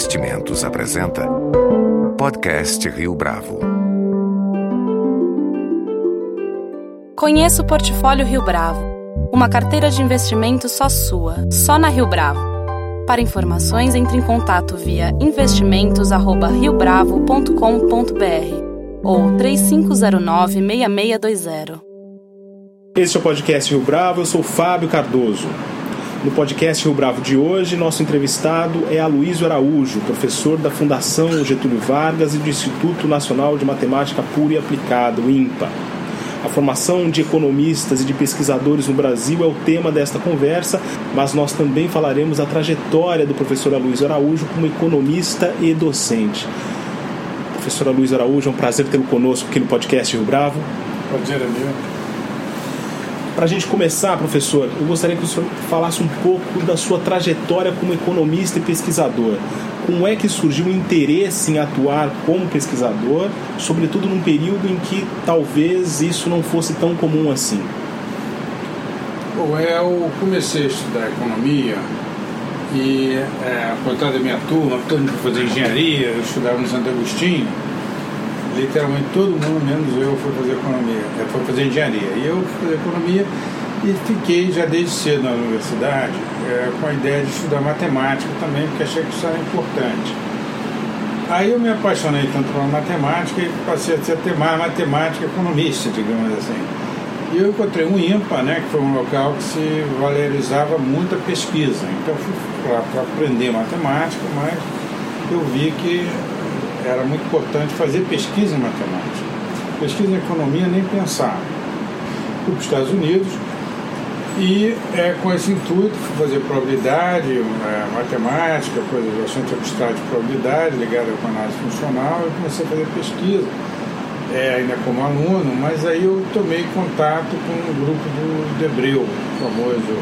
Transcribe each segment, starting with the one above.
Investimentos apresenta Podcast Rio Bravo. Conheça o Portfólio Rio Bravo, uma carteira de investimentos só sua, só na Rio Bravo. Para informações, entre em contato via investimentos@riobravo.com.br ou 3509-6620. Este é o podcast Rio Bravo, eu sou Fábio Cardoso. No podcast Rio Bravo de hoje, nosso entrevistado é Aloysio Araújo, professor da Fundação Getúlio Vargas e do Instituto Nacional de Matemática Pura e Aplicada, o INPA. A formação de economistas e de pesquisadores no Brasil é o tema desta conversa, mas nós também falaremos da trajetória do professor Aloysio Araújo como economista e docente. Professor Aloysio Araújo, é um prazer tê-lo conosco aqui no podcast Rio Bravo. Prazer é meu. Para a gente começar, professor, eu gostaria que o senhor falasse um pouco da sua trajetória como economista e pesquisador. Como é que surgiu o interesse em atuar como pesquisador, sobretudo num período em que talvez isso não fosse tão comum assim? Bom, eu comecei a estudar economia e, ao contrário da minha turma, todo mundo foi fazer engenharia, eu estudava no Santo Agostinho. Literalmente todo mundo, menos eu, foi fazer economia, foi fazer engenharia. E eu fui fazer economia e fiquei já desde cedo na universidade com a ideia de estudar matemática também, porque achei que isso era importante. Aí eu me apaixonei tanto pela matemática e passei a ter mais matemática economista, digamos assim. E eu encontrei um INPA, né, que foi um local que se valorizava muito a pesquisa. Então eu fui lá para aprender matemática, mas eu vi que era muito importante fazer pesquisa em matemática. Pesquisa em economia, nem pensar. Fui para os Estados Unidos e, com esse intuito, fui fazer probabilidade, matemática, coisa bastante abstrata de probabilidade, ligada com análise funcional, e comecei a fazer pesquisa, ainda como aluno, mas aí eu tomei contato com o grupo do Debreu, o famoso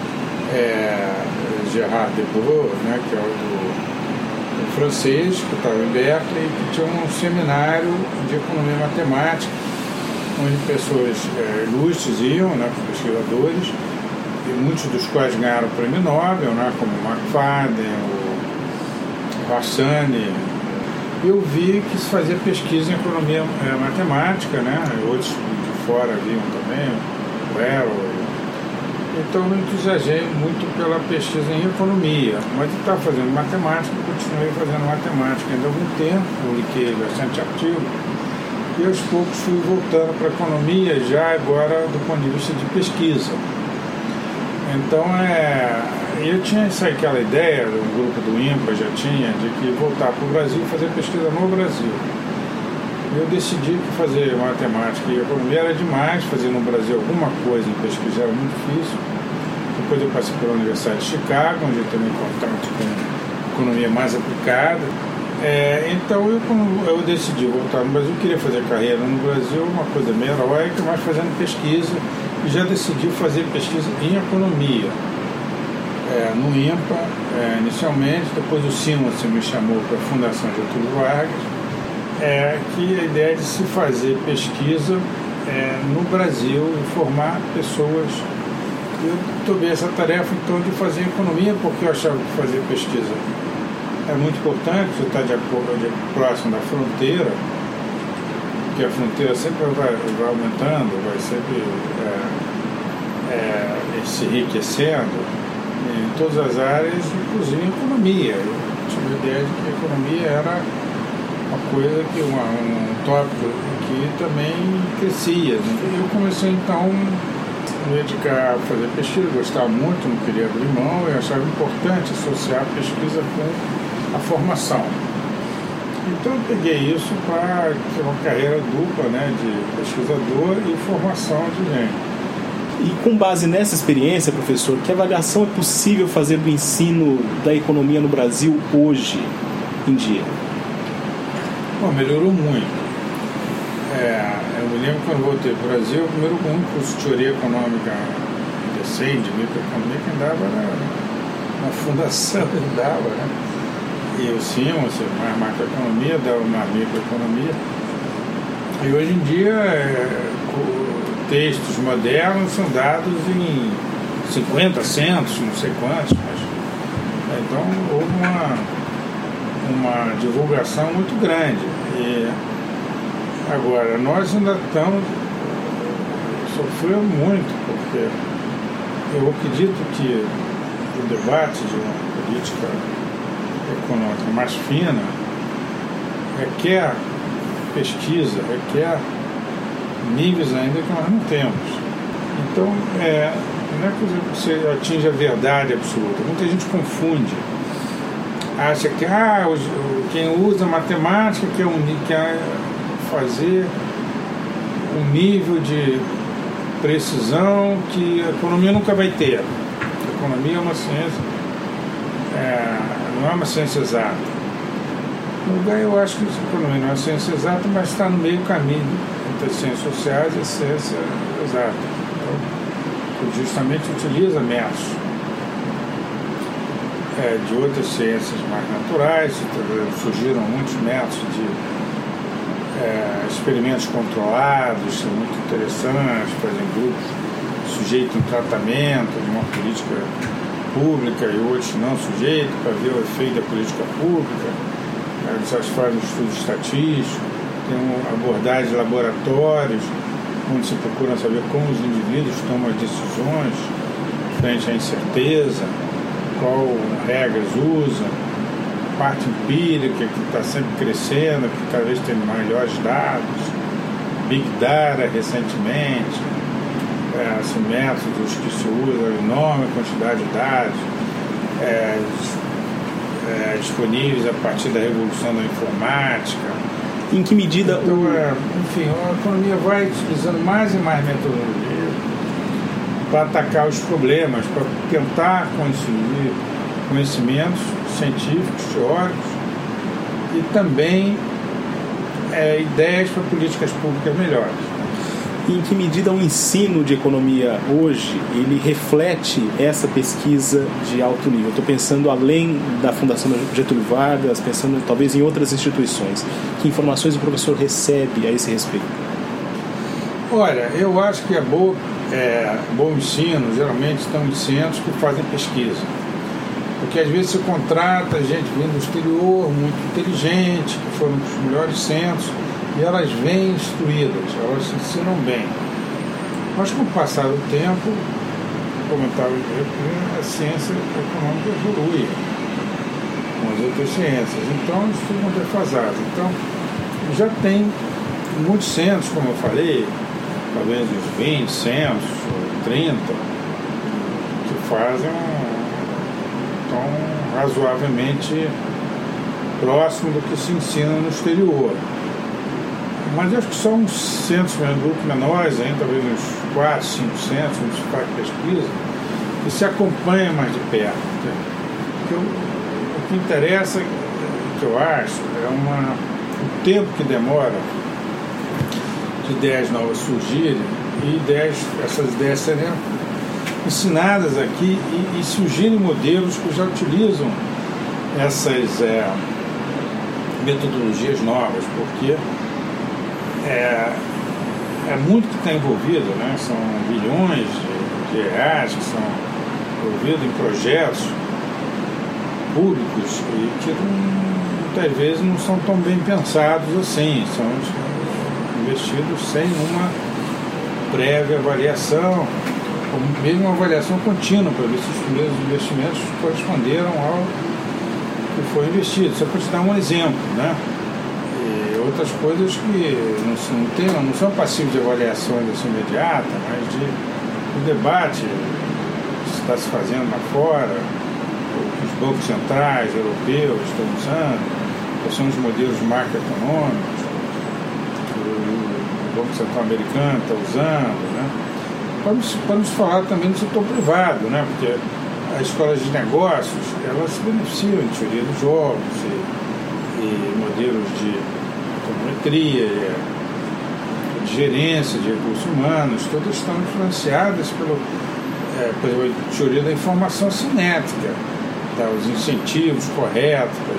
Gérard Debreu, né, que é o francês, que estava em Berkeley, que tinha um seminário de economia matemática, onde pessoas ilustres iam, né, pesquisadores, e muitos dos quais ganharam o prêmio Nobel, né, como McFadden, o Hassani. Eu vi que se fazia pesquisa em economia matemática, né, outros de fora viam também, o Arrow. Então eu me entusiasmei muito pela pesquisa em economia, mas eu estava fazendo matemática, continuei fazendo matemática. Ainda há algum tempo, publiquei bastante artigo, e aos poucos fui voltando para a economia, já agora do ponto de vista de pesquisa. Então eu tinha aquela ideia, o grupo do INPA já tinha, de que voltar para o Brasil e fazer pesquisa no Brasil. Eu decidi que fazer matemática e economia era demais, fazer no Brasil alguma coisa em pesquisa era muito difícil. Depois eu passei pela Universidade de Chicago, onde eu também contato com economia mais aplicada. Então eu decidi voltar no Brasil, queria fazer carreira no Brasil, uma coisa meio heróica, mas fazendo pesquisa, e já decidi fazer pesquisa em economia. No INPA, inicialmente, depois o Simons me chamou para a Fundação Getúlio Vargas, que a ideia de se fazer pesquisa no Brasil e formar pessoas. Eu tomei essa tarefa então de fazer economia, porque eu achava que fazer pesquisa é muito importante, você está próximo da fronteira, porque a fronteira sempre vai aumentando, vai sempre se enriquecendo em todas as áreas, inclusive em economia. Eu tive a ideia de que a economia era uma coisa que um tópico que também crescia, né? Eu comecei então a me dedicar a fazer pesquisa, gostava muito, não queria abrir mão, eu achava importante associar a pesquisa com a formação. Então eu peguei isso para ter uma carreira dupla, né, de pesquisador e formação de gente. E com base nessa experiência, professor, que avaliação é possível fazer do ensino da economia no Brasil hoje em dia? Bom, melhorou muito. Eu me lembro quando eu voltei para o Brasil, o primeiro curso de teoria econômica decente, de microeconomia, quem dava era na fundação, ele dava, né? E o Simons, mais macroeconomia, dava mais microeconomia. E hoje em dia, textos modernos são dados em 50 centos, não sei quantos, mas então houve uma divulgação muito grande. E agora, nós ainda estamos sofrendo muito, porque eu acredito que o debate de uma política econômica mais fina requer pesquisa, requer níveis ainda que nós não temos. Então, não é que você atinge a verdade absoluta. Muita gente confunde. Acha que quem usa matemática quer fazer um nível de precisão que a economia nunca vai ter. A economia é uma ciência, não é uma ciência exata. No lugar, eu acho que a economia não é uma ciência exata, mas está no meio caminho entre as ciências sociais e a ciência exata. Então, justamente utiliza métodos de outras ciências mais naturais. Surgiram muitos métodos de experimentos controlados, são muito interessantes, por exemplo, sujeito a um tratamento de uma política pública e outros não sujeitos, para ver o efeito da política pública. Eles fazem estudos estatísticos, tem uma abordagem de laboratórios, onde se procura saber como os indivíduos tomam as decisões frente à incerteza, qual regras usam, parte empírica que está sempre crescendo, que cada vez tem melhores dados, Big Data recentemente, métodos que se usam, enorme quantidade de dados disponíveis a partir da revolução da informática. Em que medida... Então, enfim, a economia vai utilizando mais e mais metodologia para atacar os problemas, para tentar conseguir conhecimentos científicos, teóricos e também ideias para políticas públicas melhores. E em que medida o ensino de economia hoje ele reflete essa pesquisa de alto nível? Estou pensando além da Fundação Getúlio Vargas, pensando talvez em outras instituições. Que informações o professor recebe a esse respeito? Olha, eu acho que bom ensino geralmente estão em centros que fazem pesquisa. Porque às vezes se contrata gente vindo do exterior, muito inteligente, que foram dos melhores centros, e elas vêm instruídas, elas se ensinam bem. Mas com o passar do tempo, comentava a ciência econômica evolui com as outras ciências, então eles ficam defasados. Então já tem muitos centros, como eu falei, talvez uns 20 centros, 30, que fazem tão razoavelmente próximo do que se ensina no exterior. Mas eu acho que são uns centros, grupos menores ainda, talvez uns 4, 5 centros, onde se faz pesquisa, e se acompanha mais de perto. Porque o que interessa, que eu acho, o tempo que demora de ideias novas surgirem e essas ideias serem ensinadas aqui e surgirem modelos que já utilizam essas metodologias novas, porque é muito que está envolvido, né? São bilhões de reais que são envolvidos em projetos públicos e que muitas vezes não são tão bem pensados assim, são investidos sem uma prévia avaliação, ou mesmo uma avaliação contínua para ver se os primeiros investimentos corresponderam ao que foi investido. Só para te dar um exemplo, né? Outras coisas que não são passíveis de avaliações assim, imediata, mas de debate que está se fazendo lá fora, os bancos centrais europeus estão usando, quais são os modelos macroeconômicos que o Banco Central americano está usando, né? Podemos falar também do setor privado, né? Porque as escolas de negócios elas se beneficiam de teoria dos jogos e modelos de econometria, de gerência de recursos humanos, todas estão influenciadas pela teoria da informação cinética, os incentivos corretos para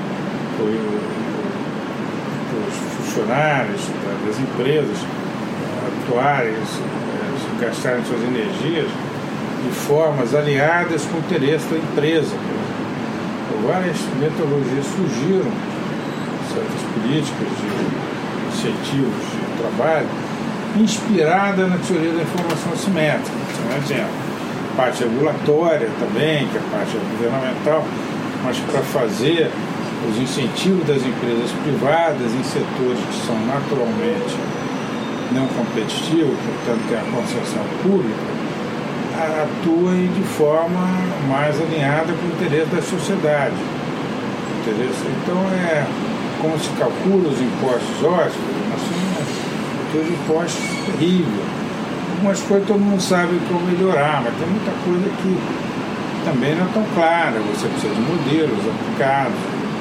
os funcionários das empresas atuarem, gastarem suas energias de formas aliadas com o interesse da empresa. várias metodologias surgiram, certas políticas de incentivos de trabalho, inspirada na teoria da informação assimétrica. Por exemplo, a parte regulatória também, que é a parte governamental, mas para fazer os incentivos das empresas privadas em setores que são naturalmente não competitivos, portanto tem a concessão pública, atuem de forma mais alinhada com o interesse da sociedade. Então como se calcula os impostos ótimos, os impostos terríveis. Algumas coisas todo mundo sabe como melhorar, mas tem muita coisa que também não é tão clara. Você precisa de modelos aplicados.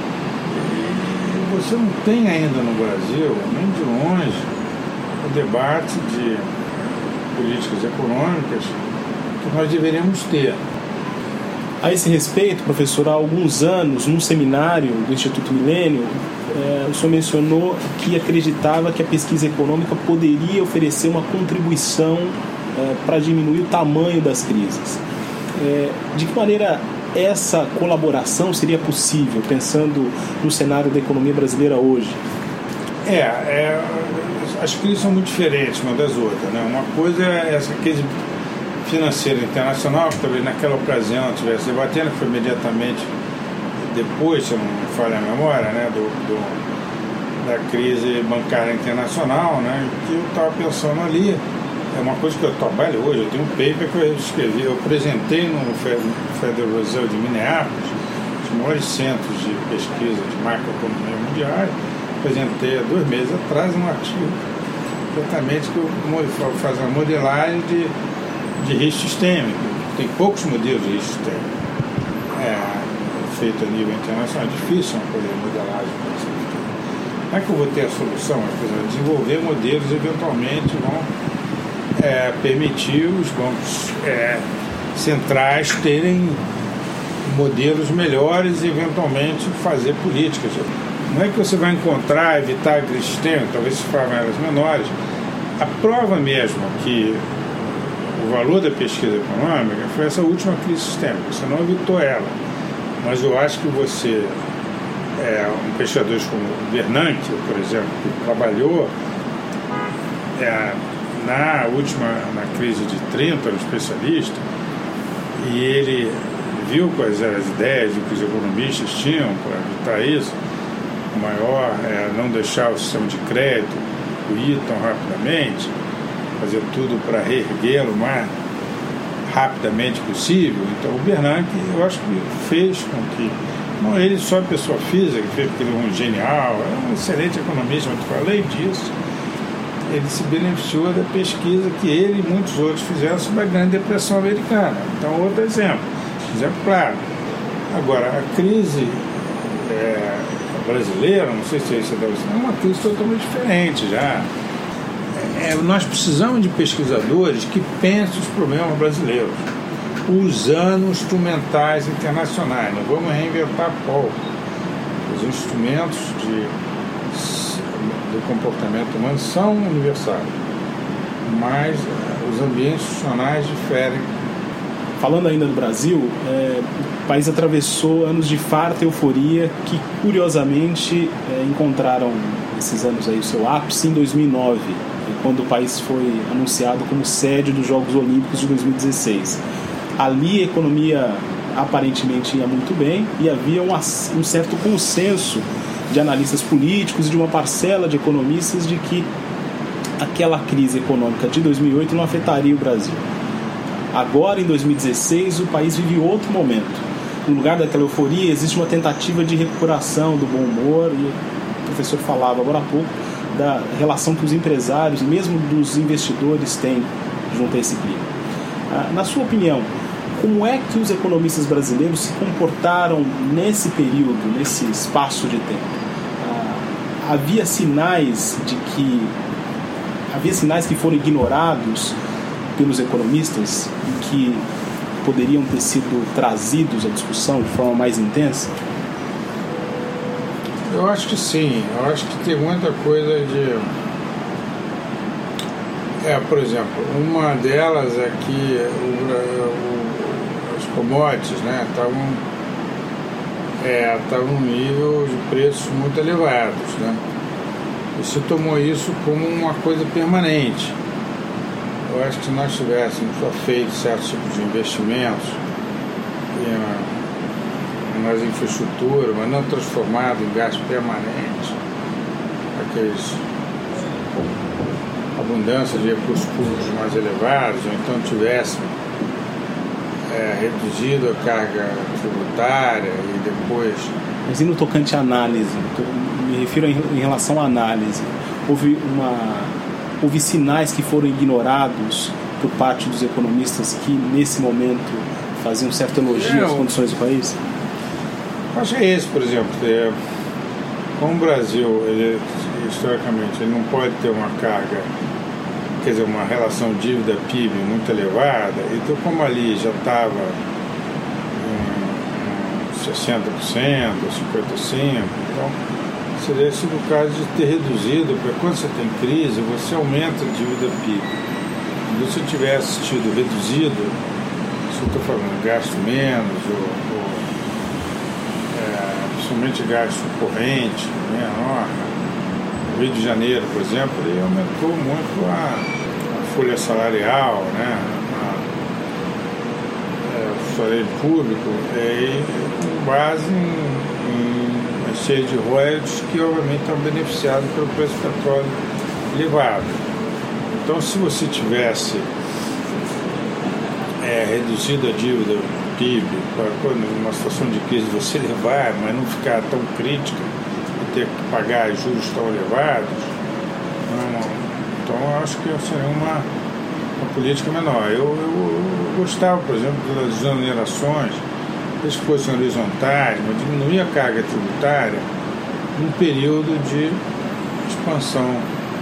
E você não tem ainda no Brasil, nem de longe, o debate de políticas econômicas que nós deveríamos ter. A esse respeito, professor, há alguns anos, num seminário do Instituto Milênio, o senhor mencionou que acreditava que a pesquisa econômica poderia oferecer uma contribuição para diminuir o tamanho das crises. De que maneira essa colaboração seria possível, pensando no cenário da economia brasileira hoje? As crises são muito diferentes uma das outras, né? Uma coisa é essa crise financeira internacional, que talvez naquela ocasião estivesse debatendo, que foi imediatamente depois, se eu não me falha a memória, né, da crise bancária internacional, né, que eu estava pensando ali. É uma coisa que eu trabalho hoje. Eu tenho um paper que eu escrevi, eu apresentei no Federal Reserve de Minneapolis, os maiores centros de pesquisa de macroeconomia mundial. Apresentei há 2 meses atrás um artigo exatamente que eu faço uma modelagem de risco sistêmico. Tem poucos modelos de risco sistêmico feito a nível internacional. É difícil uma coisa de modelagem. Não é que eu vou ter a solução, mas desenvolver modelos eventualmente vão permitir os bancos centrais terem modelos melhores e eventualmente fazer políticas. Não é que você vai encontrar, evitar a crise sistêmica, talvez se façam elas menores. A prova mesmo que o valor da pesquisa econômica foi essa última crise sistêmica. Você não evitou ela. Mas eu acho que você, um pesquisador como Bernanke, por exemplo, que trabalhou na crise de 30, era um especialista, e ele viu quais eram as ideias que os economistas tinham para evitar isso. O maior é não deixar o sistema de crédito ruir tão rapidamente, fazer tudo para reerguê-lo o mais rapidamente possível. Então o Bernanke, eu acho que fez com que, não ele só pessoa física, que fez porque ele é um genial, é um excelente economista, mas além disso, ele se beneficiou da pesquisa que ele e muitos outros fizeram sobre a Grande Depressão Americana. Então, outro exemplo claro. Agora, a crise brasileira, não sei se isso é uma crise totalmente diferente já. Nós precisamos de pesquisadores que pensem os problemas brasileiros, usando instrumentais internacionais. Não vamos reinventar a pólvora. Os instrumentos do comportamento humano são universais, mas os ambientes institucionais diferem. Falando ainda do Brasil, o país atravessou anos de farta euforia que, curiosamente, encontraram esses anos aí o seu ápice em 2009, quando o país foi anunciado como sede dos Jogos Olímpicos de 2016. Ali a economia aparentemente ia muito bem e havia um certo consenso de analistas políticos e de uma parcela de economistas de que aquela crise econômica de 2008 não afetaria o Brasil. Agora, em 2016, o país vive outro momento. No lugar daquela euforia, existe uma tentativa de recuperação do bom humor, e o professor falava agora há pouco da relação que os empresários e mesmo dos investidores têm junto a esse clima. Na sua opinião, como é que os economistas brasileiros se comportaram nesse período, nesse espaço de tempo? Havia sinais que foram ignorados pelos economistas e que poderiam ter sido trazidos à discussão de forma mais intensa? Eu acho que sim. Eu acho que tem muita coisa de... por exemplo, uma delas é que as commodities, né, estavam estava num nível de preços muito elevados, né? E se tomou isso como uma coisa permanente. Eu acho que se nós tivéssemos só feito certos tipos de investimentos nas infraestruturas, mas não transformado em gasto permanente, aqueles abundância de recursos públicos mais elevados, ou então tivéssemos reduzido a carga tributária e depois... Mas e no tocante à análise? Me refiro em relação à análise. Houve sinais que foram ignorados por parte dos economistas que, nesse momento, faziam certo elogio às condições do país? Acho que é esse, por exemplo. Como o Brasil, historicamente, ele não pode ter uma carga, quer dizer, uma relação dívida-PIB muito elevada, então como ali já estava em 60% ou 55%, então seria esse o caso de ter reduzido, porque quando você tem crise, você aumenta a dívida PIB. Se você tivesse tido reduzido, se eu estou falando gasto menos, principalmente gasto corrente, menor. No Rio de Janeiro, por exemplo, ele aumentou muito a folha salarial, né? O salário público, com base em cheio de royalties que obviamente estão beneficiados pelo preço do petróleo elevado. Então, se você tivesse reduzido a dívida PIB, numa situação de crise você levar, mas não ficar tão crítica e ter que pagar juros tão elevados, então eu acho que seria uma política menor. Eu gostava, por exemplo, das exonerações, das que fossem horizontais, mas diminuir a carga tributária num período de expansão,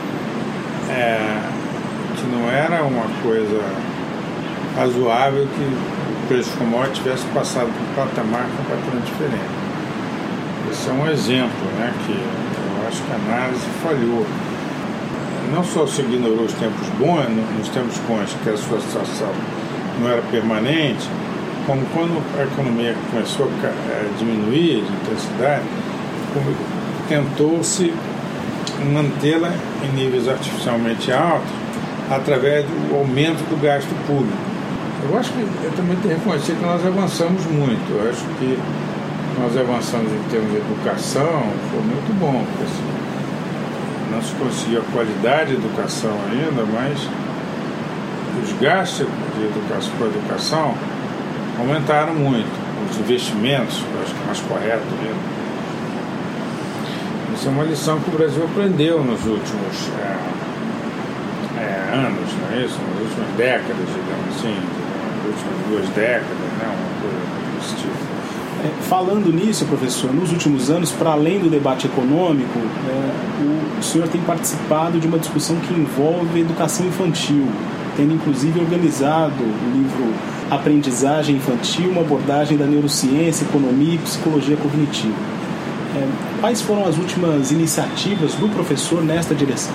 que não era uma coisa razoável que o preço de commodities tivesse passado por um patamar completamente diferente. Esse é um exemplo, né, que eu acho que a análise falhou. Não só se ignorou os tempos bons, nos tempos bons que a sua situação não era permanente, como quando a economia começou a diminuir de intensidade, tentou-se mantê-la em níveis artificialmente altos através do aumento do gasto público. Eu acho que eu também tenho que reconhecer que nós avançamos muito. Eu acho que nós avançamos em termos de educação, foi muito bom, porque assim, não se conseguiu a qualidade de educação ainda, mas os gastos de educação com a educação aumentaram muito. Os investimentos, eu acho que é mais correto mesmo. Isso é uma lição que o Brasil aprendeu nos últimos anos, não é isso? Nas últimas décadas, digamos assim, nas últimas 2 décadas, né? Uma coisa desse tipo. Falando nisso, professor, nos últimos anos, para além do debate econômico, o senhor tem participado de uma discussão que envolve educação infantil, tendo inclusive organizado o livro Aprendizagem Infantil, uma abordagem da neurociência, economia e psicologia cognitiva. Quais foram as últimas iniciativas do professor nesta direção?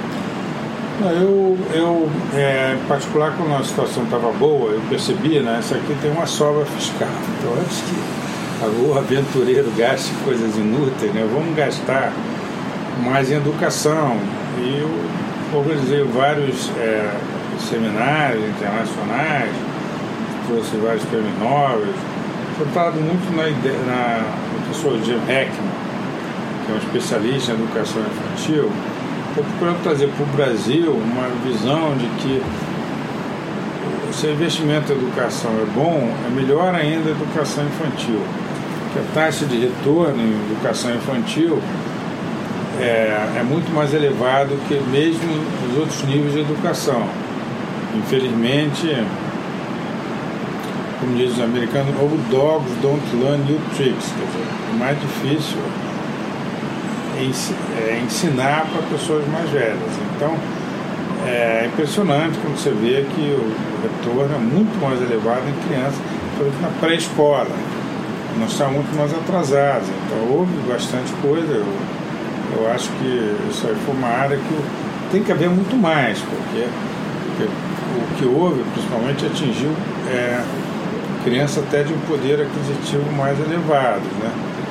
Eu em particular, quando a situação estava boa, eu percebi, né, isso aqui tem uma sobra fiscal. Então, antes que o aventureiro gaste coisas inúteis, né, vamos gastar mais em educação. E eu organizei vários seminários internacionais, trouxe vários prêmios Nobel. Focado muito no professor Jim Heckman, que é um especialista em educação infantil. Estou procurando trazer para o Brasil uma visão de que se o investimento em educação é bom, é melhor ainda a educação infantil. Que a taxa de retorno em educação infantil é muito mais elevada que mesmo os outros níveis de educação. Infelizmente, como dizem os americanos, old dogs don't learn new tricks. Quer dizer, é mais difícil ensinar para pessoas mais velhas. Então, é impressionante quando você vê que o retorno é muito mais elevado em crianças, principalmente na pré-escola. Nós estamos muito mais atrasados. Então, houve bastante coisa. Eu acho que isso aí foi uma área que tem que haver muito mais, porque o que houve, principalmente, atingiu criança até de um poder aquisitivo mais elevado, né?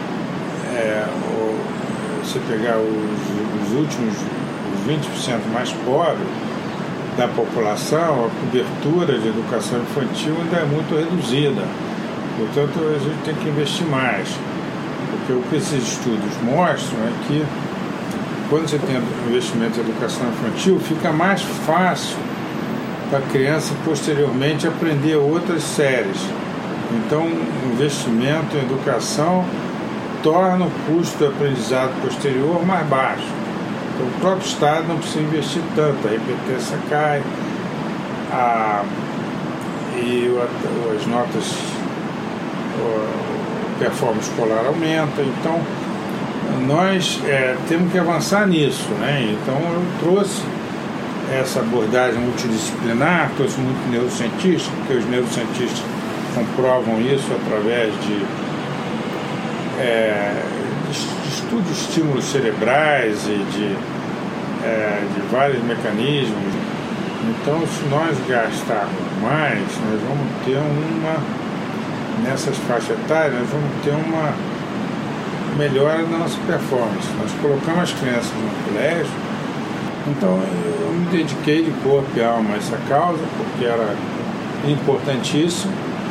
Se pegar os últimos 20% mais pobres da população, a cobertura de educação infantil ainda é muito reduzida. Portanto, a gente tem que investir mais. Porque o que esses estudos mostram é que quando você tem investimento em educação infantil, fica mais fácil para a criança posteriormente aprender outras séries. Então, o investimento em educação torna o custo do aprendizado posterior mais baixo. Então, o próprio Estado não precisa investir tanto, a repetência cai, as notas, a performance escolar aumenta. Então, nós temos que avançar nisso, né? Então, eu trouxe essa abordagem multidisciplinar, trouxe muito neurocientista, porque os neurocientistas comprovam isso através de estudos de estímulos cerebrais e de vários mecanismos. Então, se nós gastarmos mais, nós vamos ter nessas faixas etárias, nós vamos ter uma melhora da nossa performance. Nós colocamos as crianças no colégio, então eu me dediquei de corpo e alma a essa causa, porque era importantíssimo.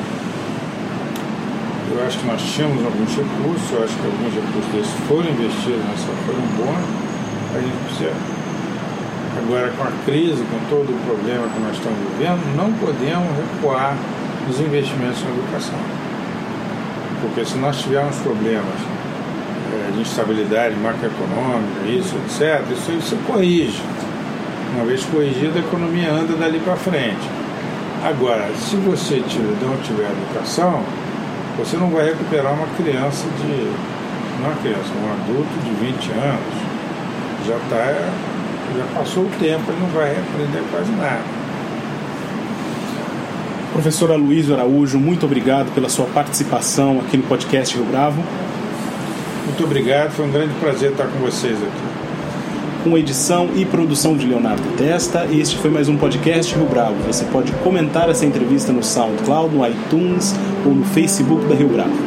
Eu acho que nós tínhamos alguns recursos, eu acho que alguns recursos desses foram investidos foram bons. A gente precisa, agora com a crise, com todo o problema que nós estamos vivendo, não podemos recuar nos investimentos na educação. Porque se nós tivermos problemas de instabilidade macroeconômica, etc., isso corrige. Uma vez corrigida, a economia anda dali para frente. Agora, se você não tiver educação, você não vai recuperar uma criança um adulto de 20 anos. Já passou o tempo, ele não vai aprender quase nada. Professor Aloysio Araújo, muito obrigado pela sua participação aqui no podcast Rio Bravo. Muito obrigado, foi um grande prazer estar com vocês aqui. Com edição e produção de Leonardo Testa, este foi mais um podcast Rio Bravo. Você pode comentar essa entrevista no SoundCloud, no iTunes ou no Facebook da Rio Bravo.